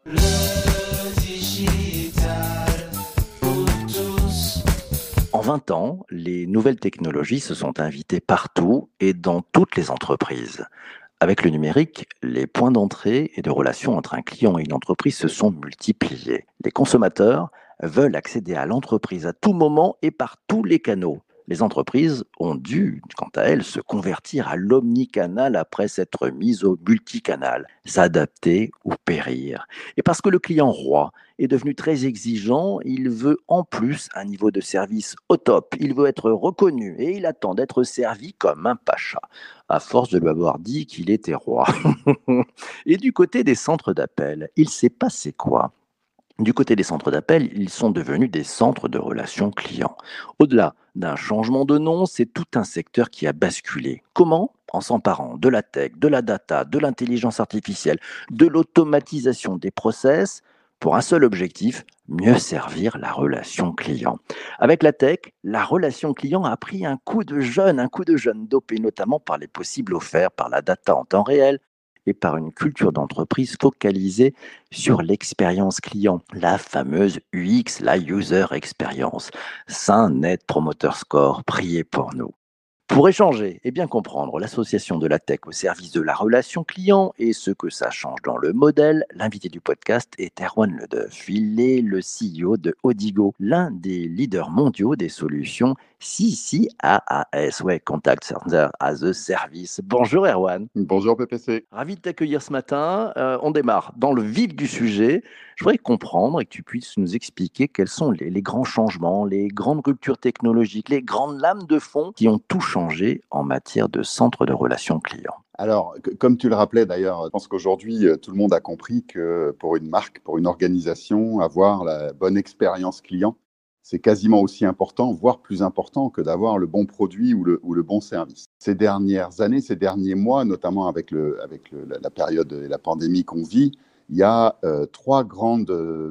Le digital pour tous. En 20 ans, les nouvelles technologies se sont invitées partout et dans toutes les entreprises. Avec le numérique, les points d'entrée et de relation entre un client et une entreprise se sont multipliés. Les consommateurs veulent accéder à l'entreprise à tout moment et par tous les canaux. Les entreprises ont dû, quant à elles, se convertir à l'omnicanal après s'être mises au multicanal, s'adapter ou périr. Et parce que le client roi est devenu très exigeant, il veut en plus un niveau de service au top, il veut être reconnu et il attend d'être servi comme un pacha à force de lui avoir dit qu'il était roi. Et du côté des centres d'appel, il s'est passé quoi? Du côté des centres d'appel, ils sont devenus des centres de relations clients. Au-delà d'un changement de nom, c'est tout un secteur qui a basculé. Comment? En s'emparant de la tech, de la data, de l'intelligence artificielle, de l'automatisation des process, pour un seul objectif, mieux servir la relation client. Avec la tech, la relation client a pris un coup de jeune dopé notamment par les possibles offerts par la data en temps réel et par une culture d'entreprise focalisée sur l'expérience client, la fameuse UX, la User Experience. Saint Net Promoter Score, priez pour nous. Pour échanger et bien comprendre l'association de la tech au service de la relation client et ce que ça change dans le modèle, l'invité du podcast est Erwan Ledeuf. Il est le CEO de Odigo, l'un des leaders mondiaux des solutions CCaaS, ouais, Contact Center as a Service. Bonjour Erwan. Bonjour PPC. Ravi de t'accueillir ce matin. On démarre dans le vif du sujet. Je voudrais comprendre et que tu puisses nous expliquer quels sont les grands changements, les grandes ruptures technologiques, les grandes lames de fond qui ont tout changé en matière de centre de relations clients. Alors, comme tu le rappelais d'ailleurs, je pense qu'aujourd'hui, tout le monde a compris que pour une marque, pour une organisation, avoir la bonne expérience client, c'est quasiment aussi important, voire plus important que d'avoir le bon produit ou le bon service. Ces dernières années, ces derniers mois, notamment avec la période et la pandémie qu'on vit, il y a trois grandes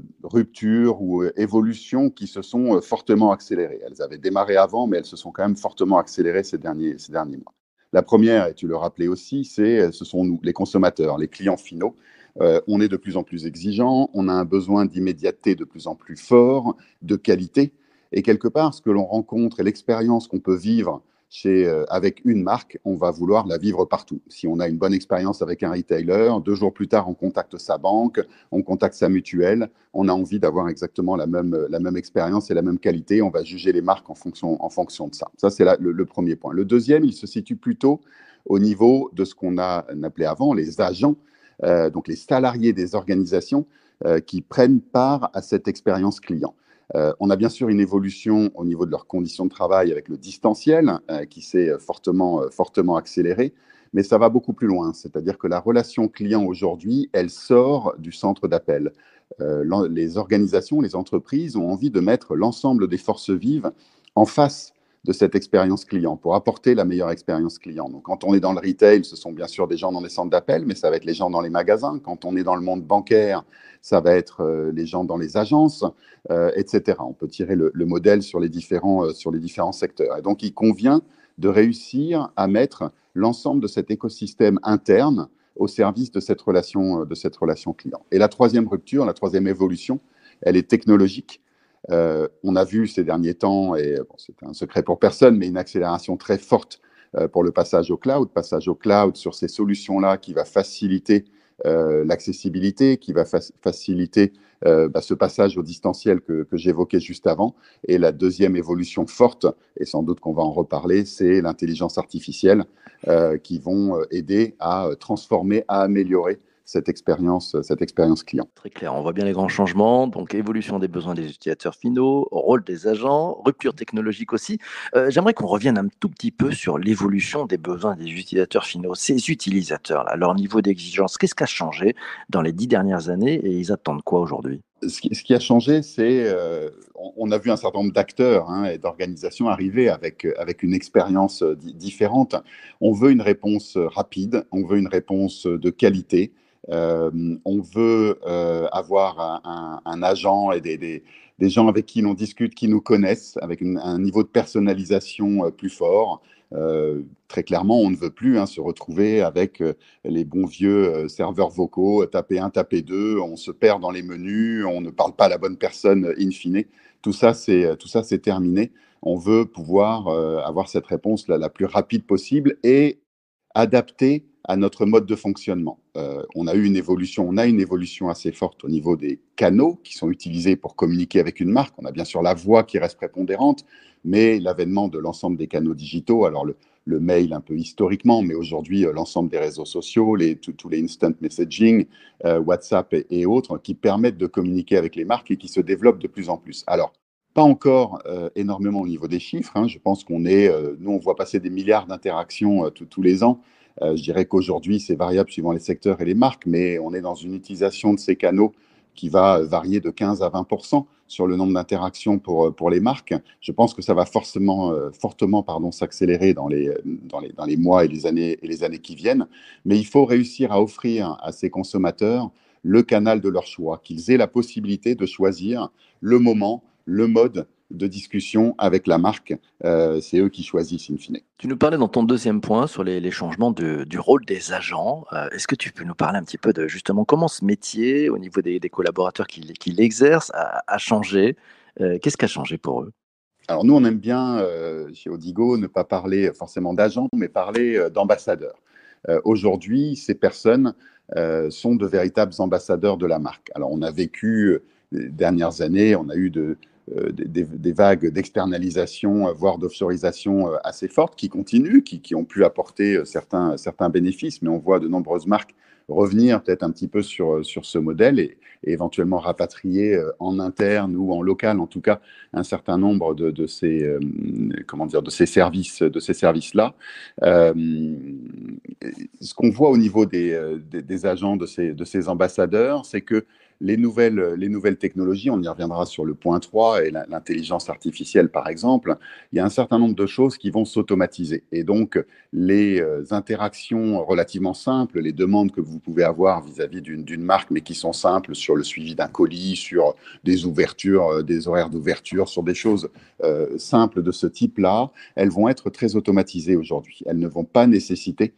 ruptures ou évolutions qui se sont fortement accélérées. Elles avaient démarré avant, mais elles se sont quand même fortement accélérées ces derniers mois. La première, et tu le rappelais aussi, ce sont nous, les consommateurs, les clients finaux. On est de plus en plus exigeants, on a un besoin d'immédiateté de plus en plus fort, de qualité. Et quelque part, ce que l'on rencontre et l'expérience qu'on peut vivre avec une marque, on va vouloir la vivre partout. Si on a une bonne expérience avec un retailer, 2 jours plus tard, on contacte sa banque, on contacte sa mutuelle, on a envie d'avoir exactement la même expérience et la même qualité. On va juger les marques en fonction de ça. Ça, c'est le premier point. Le deuxième, il se situe plutôt au niveau de ce qu'on a appelé avant les agents, donc les salariés des organisations qui prennent part à cette expérience client. On a bien sûr une évolution au niveau de leurs conditions de travail avec le distanciel qui s'est fortement accéléré, mais ça va beaucoup plus loin. C'est-à-dire que la relation client aujourd'hui, elle sort du centre d'appel. Les organisations, les entreprises ont envie de mettre l'ensemble des forces vives en face de cette expérience client pour apporter la meilleure expérience client. Donc, quand on est dans le retail, ce sont bien sûr des gens dans les centres d'appel, mais ça va être les gens dans les magasins. Quand on est dans le monde bancaire, ça va être les gens dans les agences, etc. On peut tirer le modèle sur les différents secteurs. Et donc, il convient de réussir à mettre l'ensemble de cet écosystème interne au service de cette relation client. Et la troisième rupture, la troisième évolution, elle est technologique. On a vu ces derniers temps, et bon, c'est un secret pour personne, mais une accélération très forte pour le passage au cloud sur ces solutions-là qui va faciliter l'accessibilité, qui va faciliter ce passage au distanciel que j'évoquais juste avant. Et la deuxième évolution forte, et sans doute qu'on va en reparler, c'est l'intelligence artificielle qui vont aider à transformer, à améliorer cette expérience client. Très clair, on voit bien les grands changements, donc évolution des besoins des utilisateurs finaux, rôle des agents, rupture technologique aussi. J'aimerais qu'on revienne un tout petit peu sur l'évolution des besoins des utilisateurs finaux. Ces utilisateurs-là, leur niveau d'exigence, qu'est-ce qui a changé dans les 10 dernières années et ils attendent quoi aujourd'hui? Ce qui a changé, c'est on a vu un certain nombre d'acteurs et d'organisations arriver avec une expérience différente. On veut une réponse rapide, on veut une réponse de qualité, on veut avoir un agent et des gens avec qui l'on discute, qui nous connaissent, avec un niveau de personnalisation plus fort. Très clairement, on ne veut plus se retrouver avec les bons vieux serveurs vocaux, taper 1, taper 2, on se perd dans les menus, on ne parle pas à la bonne personne in fine. Tout ça, c'est terminé. On veut pouvoir avoir cette réponse la plus rapide possible et adaptée à notre mode de fonctionnement. On a une évolution assez forte au niveau des canaux qui sont utilisés pour communiquer avec une marque. On a bien sûr la voix qui reste prépondérante, mais l'avènement de l'ensemble des canaux digitaux, alors le mail un peu historiquement, mais aujourd'hui l'ensemble des réseaux sociaux, tous les instant messaging, WhatsApp et autres, qui permettent de communiquer avec les marques et qui se développent de plus en plus. Alors, pas encore énormément au niveau des chiffres. Je pense nous, on voit passer des milliards d'interactions tous les ans. Je dirais qu'aujourd'hui, c'est variable suivant les secteurs et les marques, mais on est dans une utilisation de ces canaux qui va varier de 15 à 20% sur le nombre d'interactions pour les marques. Je pense que ça va fortement s'accélérer dans les mois et les années qui viennent. Mais il faut réussir à offrir à ces consommateurs le canal de leur choix, qu'ils aient la possibilité de choisir le moment, le mode de discussion avec la marque. C'est eux qui choisissent in fine. Tu nous parlais dans ton deuxième point sur les changements du rôle des agents. Est-ce que tu peux nous parler un petit peu de justement comment ce métier, au niveau des collaborateurs qui l'exercent, a changé? Qu'est-ce qui a changé pour eux? Alors nous, on aime bien, chez Odigo, ne pas parler forcément d'agents, mais parler d'ambassadeurs. Aujourd'hui, ces personnes sont de véritables ambassadeurs de la marque. Alors on a vécu les dernières années, on a eu des vagues d'externalisation, voire d'offshoreisation assez fortes qui continuent, qui ont pu apporter certains bénéfices, mais on voit de nombreuses marques revenir peut-être un petit peu sur ce modèle et éventuellement rapatrier en interne ou en local, en tout cas, un certain nombre de ces services-là. Ce qu'on voit au niveau des agents de ces ambassadeurs, c'est que les nouvelles technologies, on y reviendra sur le point 3 et l'intelligence artificielle par exemple, il y a un certain nombre de choses qui vont s'automatiser. Et donc, les interactions relativement simples, les demandes que vous pouvez avoir vis-à-vis d'une marque, mais qui sont simples sur le suivi d'un colis, sur des ouvertures, des horaires d'ouverture, sur des choses simples de ce type-là, elles vont être très automatisées aujourd'hui. Elles ne vont pas nécessiter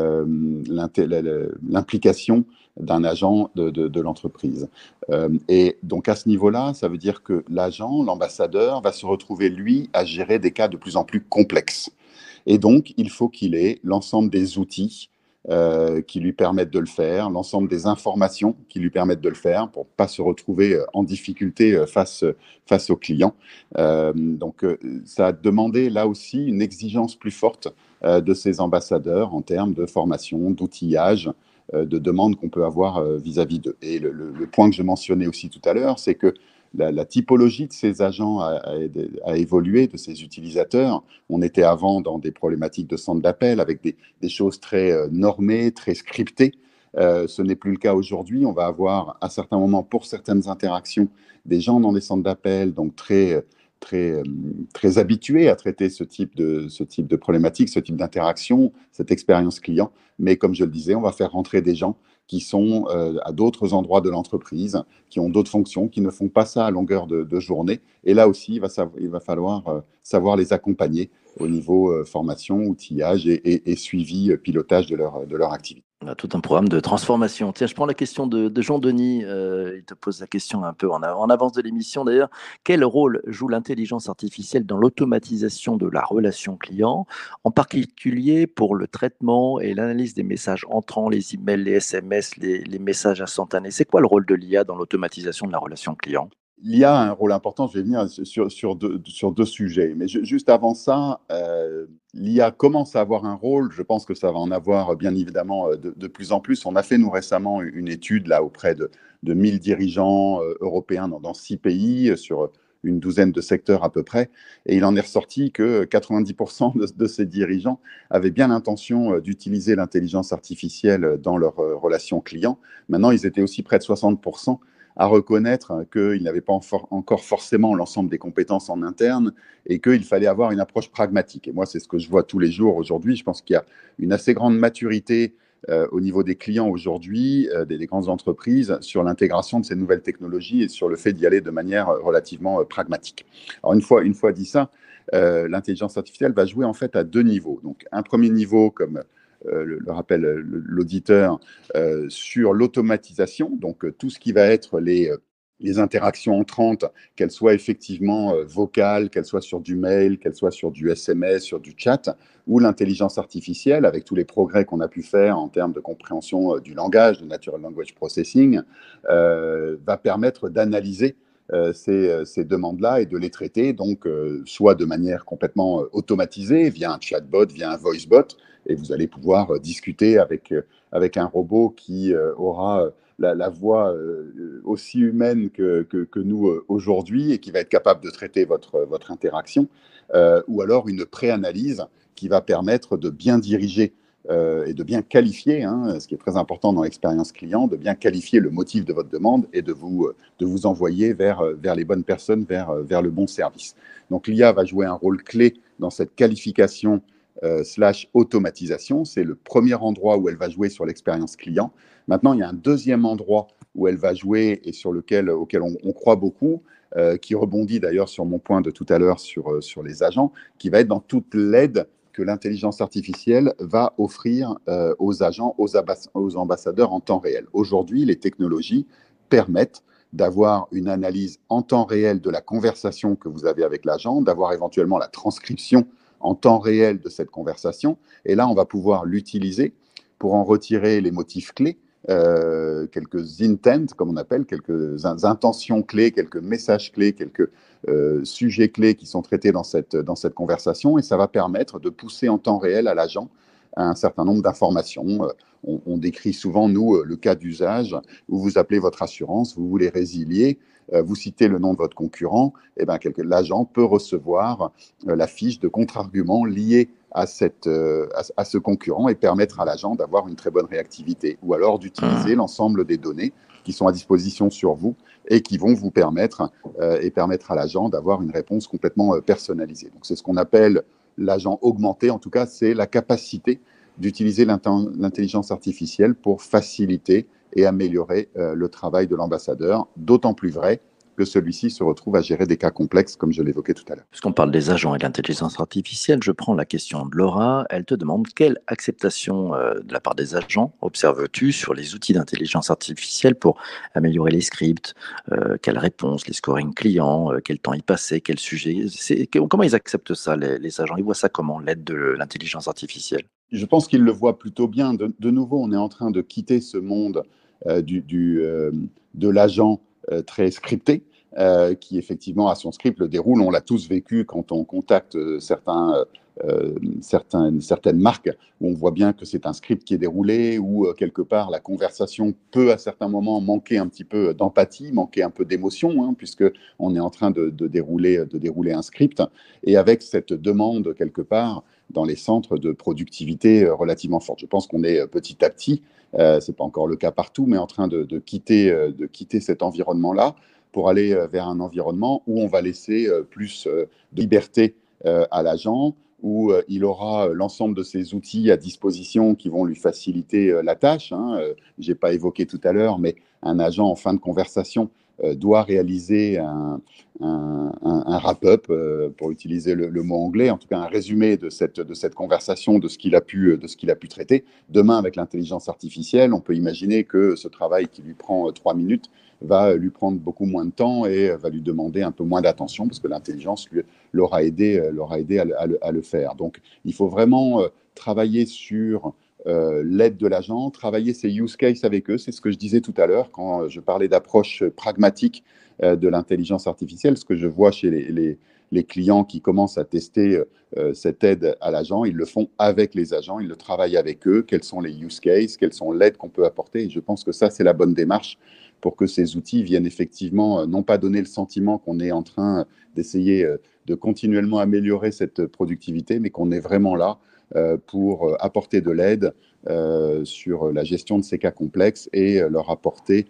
l'implication d'un agent de l'entreprise. Et donc à ce niveau-là, ça veut dire que l'agent, l'ambassadeur, va se retrouver, lui, à gérer des cas de plus en plus complexes. Et donc, il faut qu'il ait l'ensemble des outils qui lui permettent de le faire, l'ensemble des informations qui lui permettent de le faire pour ne pas se retrouver en difficulté face aux clients. Donc, ça a demandé là aussi une exigence plus forte de ces ambassadeurs en termes de formation, d'outillage, de demandes qu'on peut avoir vis-à-vis d'eux. Et le point que je mentionnais aussi tout à l'heure, c'est que la typologie de ces agents a évolué, de ces utilisateurs. On était avant dans des problématiques de centre d'appel avec des choses très normées, très scriptées. Ce n'est plus le cas aujourd'hui. On va avoir à certains moments, pour certaines interactions, des gens dans des centres d'appel, donc très habitués à traiter ce type de problématique, ce type d'interaction, cette expérience client. Mais comme je le disais, on va faire rentrer des gens qui sont à d'autres endroits de l'entreprise, qui ont d'autres fonctions, qui ne font pas ça à longueur de journée. Et là aussi, il va falloir savoir les accompagner au niveau formation, outillage et suivi, pilotage de leur activité. On a tout un programme de transformation. Tiens, je prends la question de Jean-Denis. Il te pose la question un peu en avance de l'émission d'ailleurs. Quel rôle joue l'intelligence artificielle dans l'automatisation de la relation client, en particulier pour le traitement et l'analyse des messages entrants, les emails, les SMS, les messages instantanés? C'est quoi le rôle de l'IA dans l'automatisation de la relation client? L'IA a un rôle important, je vais venir sur deux sujets. Mais juste avant ça, l'IA commence à avoir un rôle. Je pense que ça va en avoir bien évidemment de plus en plus. On a fait, nous, récemment une étude là, auprès de 1000 dirigeants européens dans 6 pays, sur une douzaine de secteurs à peu près. Et il en est ressorti que 90% de ces dirigeants avaient bien l'intention d'utiliser l'intelligence artificielle dans leurs relations clients. Maintenant, ils étaient aussi près de 60% à reconnaître qu'ils n'avaient pas encore forcément l'ensemble des compétences en interne et qu'il fallait avoir une approche pragmatique. Et moi, c'est ce que je vois tous les jours aujourd'hui. Je pense qu'il y a une assez grande maturité au niveau des clients aujourd'hui, des grandes entreprises, sur l'intégration de ces nouvelles technologies et sur le fait d'y aller de manière relativement pragmatique. Alors, une fois dit ça, l'intelligence artificielle va jouer en fait à 2 niveaux. Donc un premier niveau, comme le rappelle l'auditeur, sur l'automatisation, donc tout ce qui va être les interactions entrantes, qu'elles soient effectivement vocales, qu'elles soient sur du mail, qu'elles soient sur du SMS, sur du chat, ou l'intelligence artificielle, avec tous les progrès qu'on a pu faire en termes de compréhension du langage, de natural language processing, va permettre d'analyser ces demandes-là et de les traiter, donc soit de manière complètement automatisée, via un chatbot, via un voicebot, et vous allez pouvoir discuter avec un robot qui aura la voix aussi humaine que nous aujourd'hui et qui va être capable de traiter votre interaction, ou alors une préanalyse qui va permettre de bien diriger et de bien qualifier, ce qui est très important dans l'expérience client, de bien qualifier le motif de votre demande et de vous envoyer vers les bonnes personnes, vers le bon service. Donc l'IA va jouer un rôle clé dans cette qualification slash automatisation. C'est le premier endroit où elle va jouer sur l'expérience client. Maintenant, il y a un deuxième endroit où elle va jouer et auquel on croit beaucoup, qui rebondit d'ailleurs sur mon point de tout à l'heure sur les agents, qui va être dans toute l'aide que l'intelligence artificielle va offrir aux agents, aux ambassadeurs en temps réel. Aujourd'hui, les technologies permettent d'avoir une analyse en temps réel de la conversation que vous avez avec l'agent, d'avoir éventuellement la transcription en temps réel de cette conversation. Et là, on va pouvoir l'utiliser pour en retirer les motifs clés, quelques intents, comme on appelle, quelques intentions clés, quelques messages clés, quelques sujets clés qui sont traités dans cette conversation. Et ça va permettre de pousser en temps réel à l'agent un certain nombre d'informations. On décrit souvent, nous, le cas d'usage où vous appelez votre assurance, vous voulez résilier, vous citez le nom de votre concurrent, et ben, l'agent peut recevoir la fiche de contre-argument liée à ce concurrent et permettre à l'agent d'avoir une très bonne réactivité, ou alors d'utiliser l'ensemble des données qui sont à disposition sur vous et qui vont vous permettre et permettre à l'agent d'avoir une réponse complètement personnalisée. Donc c'est ce qu'on appelle l'agent augmenté. En tout cas, c'est la capacité d'utiliser l'intelligence artificielle pour faciliter et améliorer le travail de l'ambassadeur, d'autant plus vrai que celui-ci se retrouve à gérer des cas complexes, comme je l'évoquais tout à l'heure. Puisqu'on parle des agents et de l'intelligence artificielle, je prends la question de Laura. Elle te demande quelle acceptation de la part des agents observes-tu sur les outils d'intelligence artificielle pour améliorer les scripts, quelles réponses, les scoring clients, quel temps y passer, quel sujet. Comment ils acceptent ça, les agents? Ils voient ça comment, l'aide de l'intelligence artificielle? Je pense qu'ils le voient plutôt bien. De nouveau, on est en train de quitter ce monde de l'agent très scripté, qui effectivement a son script, le déroule. On l'a tous vécu quand on contacte certaines marques, où on voit bien que c'est un script qui est déroulé, où quelque part la conversation peut à certains moments manquer un petit peu d'empathie, manquer un peu d'émotion, puisque on est en train de dérouler un script, et avec cette demande quelque part dans les centres de productivité relativement forte. Je pense qu'on est petit à petit, c'est pas encore le cas partout, mais en train de quitter cet environnement-là pour aller vers un environnement où on va laisser plus de liberté à l'agent, où il aura l'ensemble de ces outils à disposition qui vont lui faciliter la tâche. Je n'ai pas évoqué tout à l'heure, mais un agent en fin de conversation doit réaliser un wrap-up, pour utiliser le mot anglais, en tout cas un résumé de cette conversation, de ce qu'il a pu traiter. Demain, avec l'intelligence artificielle, on peut imaginer que ce travail qui lui prend 3 minutes va lui prendre beaucoup moins de temps et va lui demander un peu moins d'attention parce que l'intelligence l'aura aidé à le faire. Donc, il faut vraiment travailler sur l'aide de l'agent, travailler ses use cases avec eux. C'est ce que je disais tout à l'heure quand je parlais d'approche pragmatique de l'intelligence artificielle. Ce que je vois chez les clients qui commencent à tester cette aide à l'agent, ils le font avec les agents, ils le travaillent avec eux. Quels sont les use cases, quelles sont l'aide qu'on peut apporter. Et je pense que ça, c'est la bonne démarche pour que ces outils viennent effectivement non pas donner le sentiment qu'on est en train d'essayer de continuellement améliorer cette productivité, mais qu'on est vraiment là pour apporter de l'aide sur la gestion de ces cas complexes et leur apporter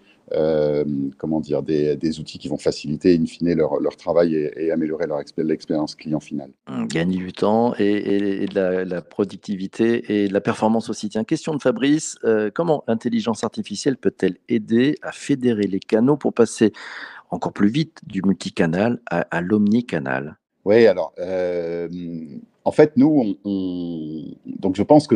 des outils qui vont faciliter in fine leur travail et améliorer l'expérience client finale. Gagner du temps et de la productivité et de la performance aussi. Tiens, question de Fabrice, comment l'intelligence artificielle peut-elle aider à fédérer les canaux pour passer encore plus vite du multicanal à l'omnicanal? Oui, alors, en fait, nous, donc je pense que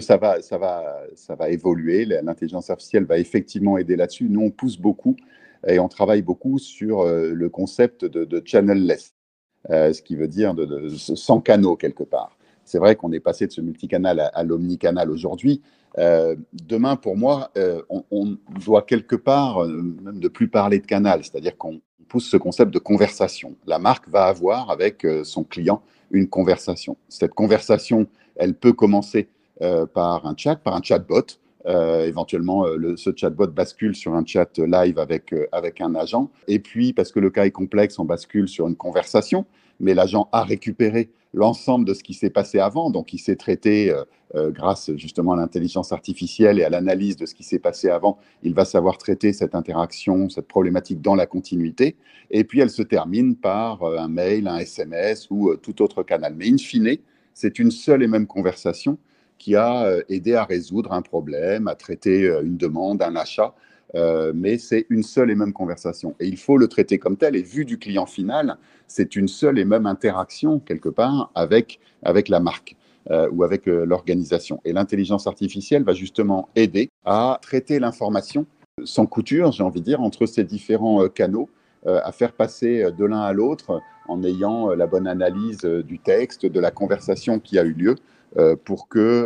ça va évoluer. L'intelligence artificielle va effectivement aider là-dessus. Nous, on pousse beaucoup et on travaille beaucoup sur le concept de channel-less, ce qui veut dire sans canaux quelque part. C'est vrai qu'on est passé de ce multicanal à l'omnicanal aujourd'hui. Demain, pour moi, on doit quelque part même ne plus parler de canal, c'est-à-dire qu'on pousse ce concept de conversation. La marque va avoir avec son client une conversation. Cette conversation, elle peut commencer par un chatbot. Éventuellement, ce chatbot bascule sur un chat live avec un agent. Et puis, parce que le cas est complexe, on bascule sur une conversation, mais l'agent a récupéré l'ensemble de ce qui s'est passé avant. Donc, il s'est traité, grâce justement à l'intelligence artificielle et à l'analyse de ce qui s'est passé avant, il va savoir traiter cette interaction, cette problématique dans la continuité. Et puis, elle se termine par un mail, un SMS ou tout autre canal. Mais in fine, c'est une seule et même conversation qui a aidé à résoudre un problème, à traiter une demande, un achat. Mais c'est une seule et même conversation. Et il faut le traiter comme tel. Et vu du client final, c'est une seule et même interaction, quelque part, avec la marque ou avec l'organisation. Et l'intelligence artificielle va justement aider à traiter l'information sans couture, j'ai envie de dire, entre ces différents canaux, à faire passer de l'un à l'autre en ayant la bonne analyse du texte, de la conversation qui a eu lieu, pour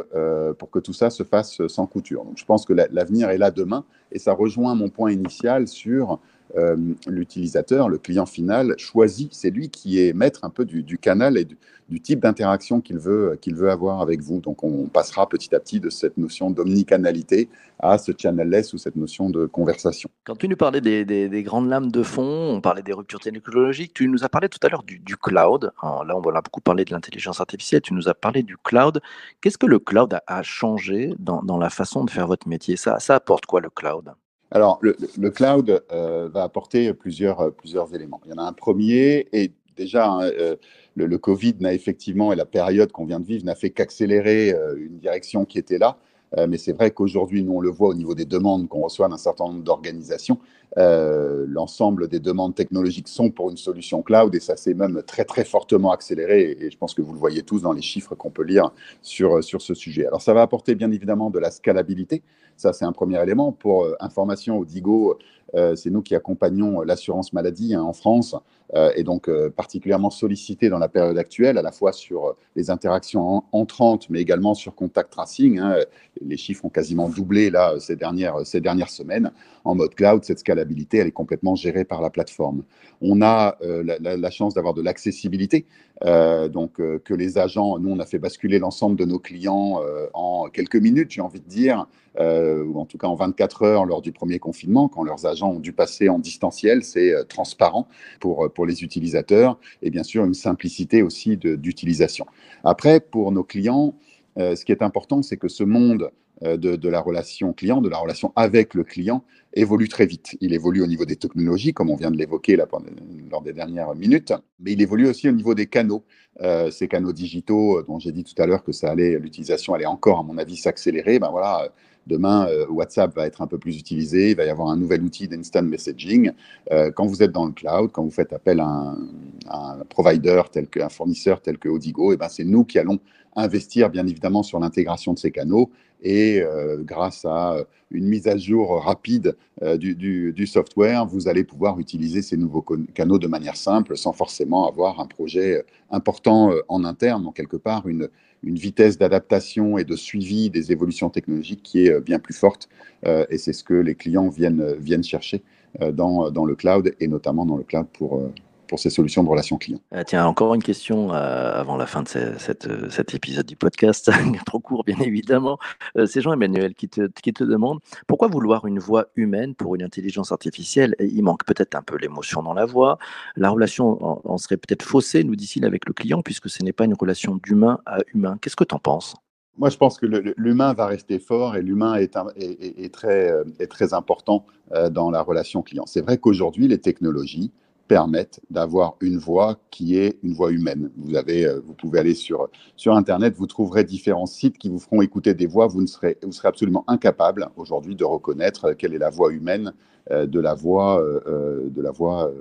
que tout ça se fasse sans couture. Donc, je pense que l'avenir est là demain, et ça rejoint mon point initial sur l'utilisateur, le client final choisit, c'est lui qui est maître un peu du canal et du type d'interaction qu'il veut avoir avec vous. Donc, on passera petit à petit de cette notion d'omnicanalité à ce channel-less ou cette notion de conversation. Quand tu nous parlais des grandes lames de fond, on parlait des ruptures technologiques, tu nous as parlé tout à l'heure du cloud. Alors là, on a beaucoup parlé de l'intelligence artificielle, tu nous as parlé du cloud. Qu'est-ce que le cloud a changé dans la façon de faire votre métier? Ça apporte quoi le cloud? Alors, le cloud va apporter plusieurs éléments. Il y en a un premier, et déjà, hein, le Covid n'a effectivement, et la période qu'on vient de vivre, n'a fait qu'accélérer une direction qui était là. Mais c'est vrai qu'aujourd'hui, nous, on le voit au niveau des demandes qu'on reçoit d'un certain nombre d'organisations. L'ensemble des demandes technologiques sont pour une solution cloud, et ça s'est même très, très fortement accéléré. Et je pense que vous le voyez tous dans les chiffres qu'on peut lire sur ce sujet. Alors, ça va apporter bien évidemment de la scalabilité. Ça, c'est un premier élément. Pour information, Odigo, c'est nous qui accompagnons l'assurance maladie, hein, en France, et donc particulièrement sollicité dans la période actuelle, à la fois sur les interactions entrantes, mais également sur contact tracing, hein. Les chiffres ont quasiment doublé là ces dernières semaines. En mode cloud, cette scalabilité, elle est complètement gérée par la plateforme. On a la chance d'avoir de l'accessibilité, donc que les agents, nous, on a fait basculer l'ensemble de nos clients en quelques minutes, j'ai envie de dire, ou en tout cas en 24 heures lors du premier confinement, quand leurs agents ont dû passer en distanciel. C'est transparent pour les utilisateurs, et bien sûr une simplicité aussi d'utilisation. Après, pour nos clients, ce qui est important, c'est que ce monde de la relation client, de la relation avec le client, évolue très vite. Il évolue au niveau des technologies, comme on vient de l'évoquer là, lors des dernières minutes, mais il évolue aussi au niveau des canaux. Ces canaux digitaux dont j'ai dit tout à l'heure que l'utilisation allait encore, à mon avis, s'accélérer. Ben voilà, demain, WhatsApp va être un peu plus utilisé, il va y avoir un nouvel outil d'instant messaging. Quand vous êtes dans le cloud, quand vous faites appel à un provider, un fournisseur tel que Odigo, et ben c'est nous qui allons investir bien évidemment sur l'intégration de ces canaux, et grâce à une mise à jour rapide du software, vous allez pouvoir utiliser ces nouveaux canaux de manière simple, sans forcément avoir un projet important en interne. Donc quelque part, une vitesse d'adaptation et de suivi des évolutions technologiques qui est bien plus forte, et c'est ce que les clients viennent chercher dans le cloud, et notamment dans le cloud pour ces solutions de relations clients. Tiens, encore une question avant la fin de cet épisode du podcast, trop court bien évidemment. C'est Jean-Emmanuel qui te demande pourquoi vouloir une voix humaine pour une intelligence artificielle? Il manque peut-être un peu l'émotion dans la voix. La relation en serait peut-être faussée, nous dit-il, avec le client, puisque ce n'est pas une relation d'humain à humain. Qu'est-ce que tu en penses? Moi, je pense que l'humain va rester fort, et l'humain est très important dans la relation client. C'est vrai qu'aujourd'hui, les technologies permettent d'avoir une voix qui est une voix humaine. Vous pouvez aller sur Internet, vous trouverez différents sites qui vous feront écouter des voix. Vous serez absolument incapable aujourd'hui de reconnaître quelle est la voix humaine de la voix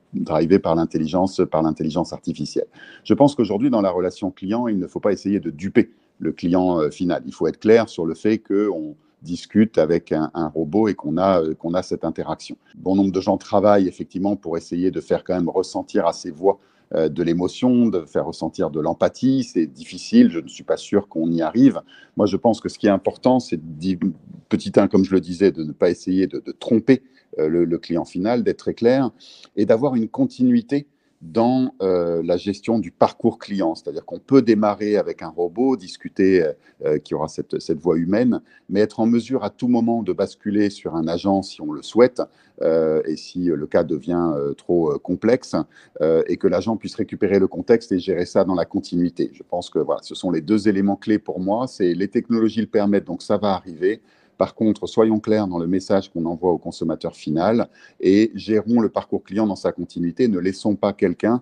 drivé par l'intelligence artificielle. Je pense qu'aujourd'hui, dans la relation client, il ne faut pas essayer de duper le client final. Il faut être clair sur le fait qu'on discute avec un robot et qu'on a cette interaction. Bon nombre de gens travaillent effectivement pour essayer de faire quand même ressentir à ces voix de l'émotion, de faire ressentir de l'empathie. C'est difficile, je ne suis pas sûr qu'on y arrive. Moi, je pense que ce qui est important, c'est, petit 1, comme je le disais, de ne pas essayer de tromper le client final, d'être très clair et d'avoir une continuité dans la gestion du parcours client. C'est-à-dire qu'on peut démarrer avec un robot, discuter qui aura cette voix humaine, mais être en mesure à tout moment de basculer sur un agent si on le souhaite, et si le cas devient trop complexe, et que l'agent puisse récupérer le contexte et gérer ça dans la continuité. Je pense que voilà, ce sont les 2 éléments clés pour moi. C'est les technologies le permettent, donc ça va arriver. Par contre, soyons clairs dans le message qu'on envoie au consommateur final et gérons le parcours client dans sa continuité. Ne laissons pas quelqu'un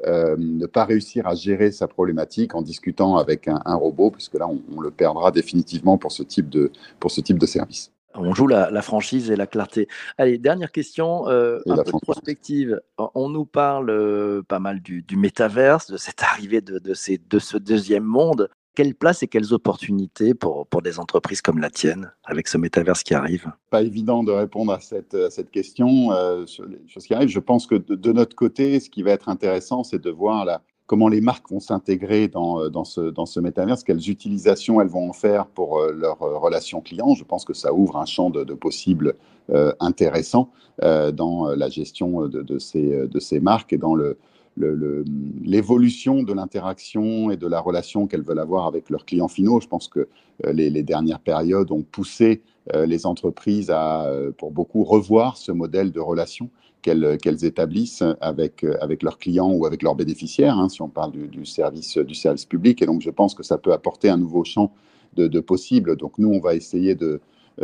ne pas réussir à gérer sa problématique en discutant avec un robot, puisque là, on le perdra définitivement pour ce type de service. On joue la franchise et la clarté. Allez, dernière question, un peu de prospective. On nous parle pas mal du métaverse, de cette arrivée de ce deuxième monde. Quelle place et quelles opportunités pour des entreprises comme la tienne avec ce métaverse qui arrive? Pas évident de répondre à cette question sur les choses qui arrivent. Je pense que de notre côté, ce qui va être intéressant, c'est de voir comment les marques vont s'intégrer dans ce métaverse, quelles utilisations elles vont en faire pour leurs relations clients. Je pense que ça ouvre un champ de possibles intéressants dans la gestion de ces marques et dans l'évolution de l'interaction et de la relation qu'elles veulent avoir avec leurs clients finaux. Je pense que les dernières périodes ont poussé les entreprises à, pour beaucoup, revoir ce modèle de relation qu'elles établissent avec leurs clients ou avec leurs bénéficiaires, si on parle du service public. Et donc, je pense que ça peut apporter un nouveau champ de possibles. Donc, nous, on va essayer de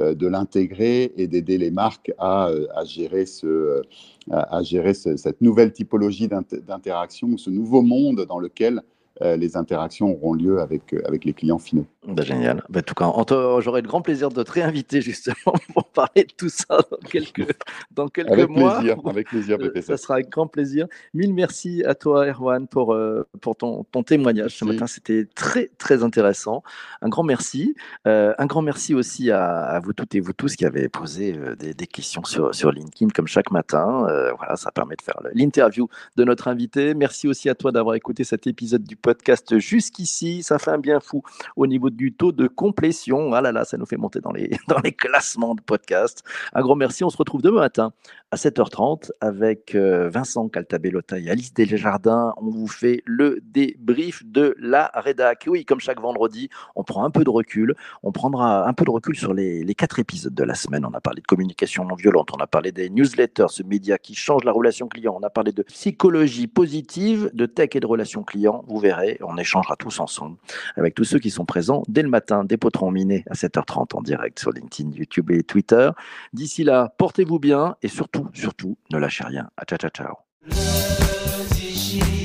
l'intégrer et d'aider les marques à gérer cette nouvelle typologie d'interaction, ce nouveau monde dans lequel les interactions auront lieu avec les clients finaux. Génial. En tout cas, j'aurai le grand plaisir de te réinviter justement pour parler de tout ça dans quelques mois. Avec plaisir, PPC. Ça sera avec grand plaisir. Mille merci à toi, Erwan, pour ton témoignage ce matin. C'était très, très intéressant. Un grand merci. Un grand merci aussi à vous toutes et vous tous qui avez posé des questions sur LinkedIn comme chaque matin. Voilà, ça permet de faire l'interview de notre invité. Merci aussi à toi d'avoir écouté cet épisode du podcast jusqu'ici. Ça fait un bien fou au niveau du taux de complétion. Ah là là, ça nous fait monter dans les classements de podcasts. Un grand merci. On se retrouve demain matin à 7h30 avec Vincent Caltabellota et Alice Desjardins. On vous fait le débrief de la rédac. Oui, comme chaque vendredi, on prend un peu de recul. On prendra un peu de recul sur les 4 épisodes de la semaine. On a parlé de communication non violente, on a parlé des newsletters, ce média qui change la relation client. On a parlé de psychologie positive, de tech et de relations clients. Vous verrez, on échangera tous ensemble avec tous ceux qui sont présents dès le matin, des potrons minés à 7h30 en direct sur LinkedIn, YouTube et Twitter. D'ici là, portez-vous bien et surtout, ne lâchez rien. Ciao, ciao, ciao.